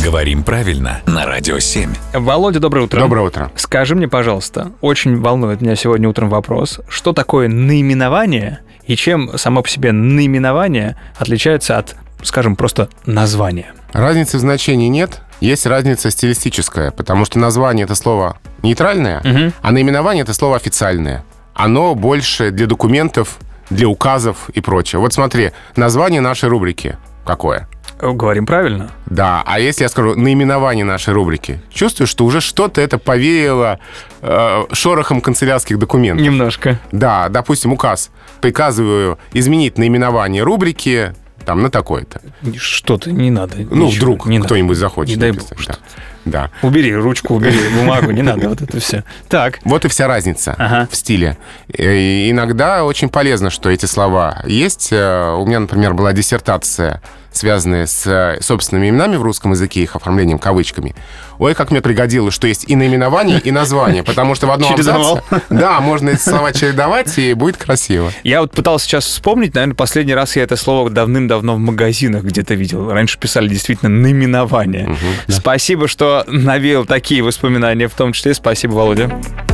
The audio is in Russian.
Говорим правильно на Радио 7. Володя, доброе утро. Доброе утро. Скажи мне, пожалуйста, очень волнует меня сегодня утром вопрос, что такое наименование и чем само по себе наименование отличается от, скажем, просто названия? Разницы в значении нет. Есть разница стилистическая, потому что название — это слово нейтральное, а наименование — это слово официальное. Оно больше для документов, для указов и прочее. Вот смотри, название нашей рубрики какое? Говорим правильно? Да, а если я скажу наименование нашей рубрики, чувствую, что уже что-то это повеяло шорохом канцелярских документов. Немножко. Да, допустим, указ. Приказываю изменить наименование рубрики там на такое-то. Что-то не надо. Ну, ничего, вдруг не кто-нибудь надо. захочет. Не дай написать, бог, что-то. Да. Убери ручку, убери бумагу, не надо вот это все. Так. Вот и вся разница в стиле. И иногда очень полезно, что эти слова есть. У меня, например, была диссертация, связанная с собственными именами в русском языке, их оформлением кавычками. Ой, как мне пригодилось, что есть и наименование, и название, потому что в одном абзаце... Да, можно эти слова чередовать, и будет красиво. Я вот пытался сейчас вспомнить, наверное, последний раз я это слово давным-давно в магазинах где-то видел. Раньше писали действительно наименование. Спасибо, что навеял такие воспоминания, в том числе. Спасибо, Володя.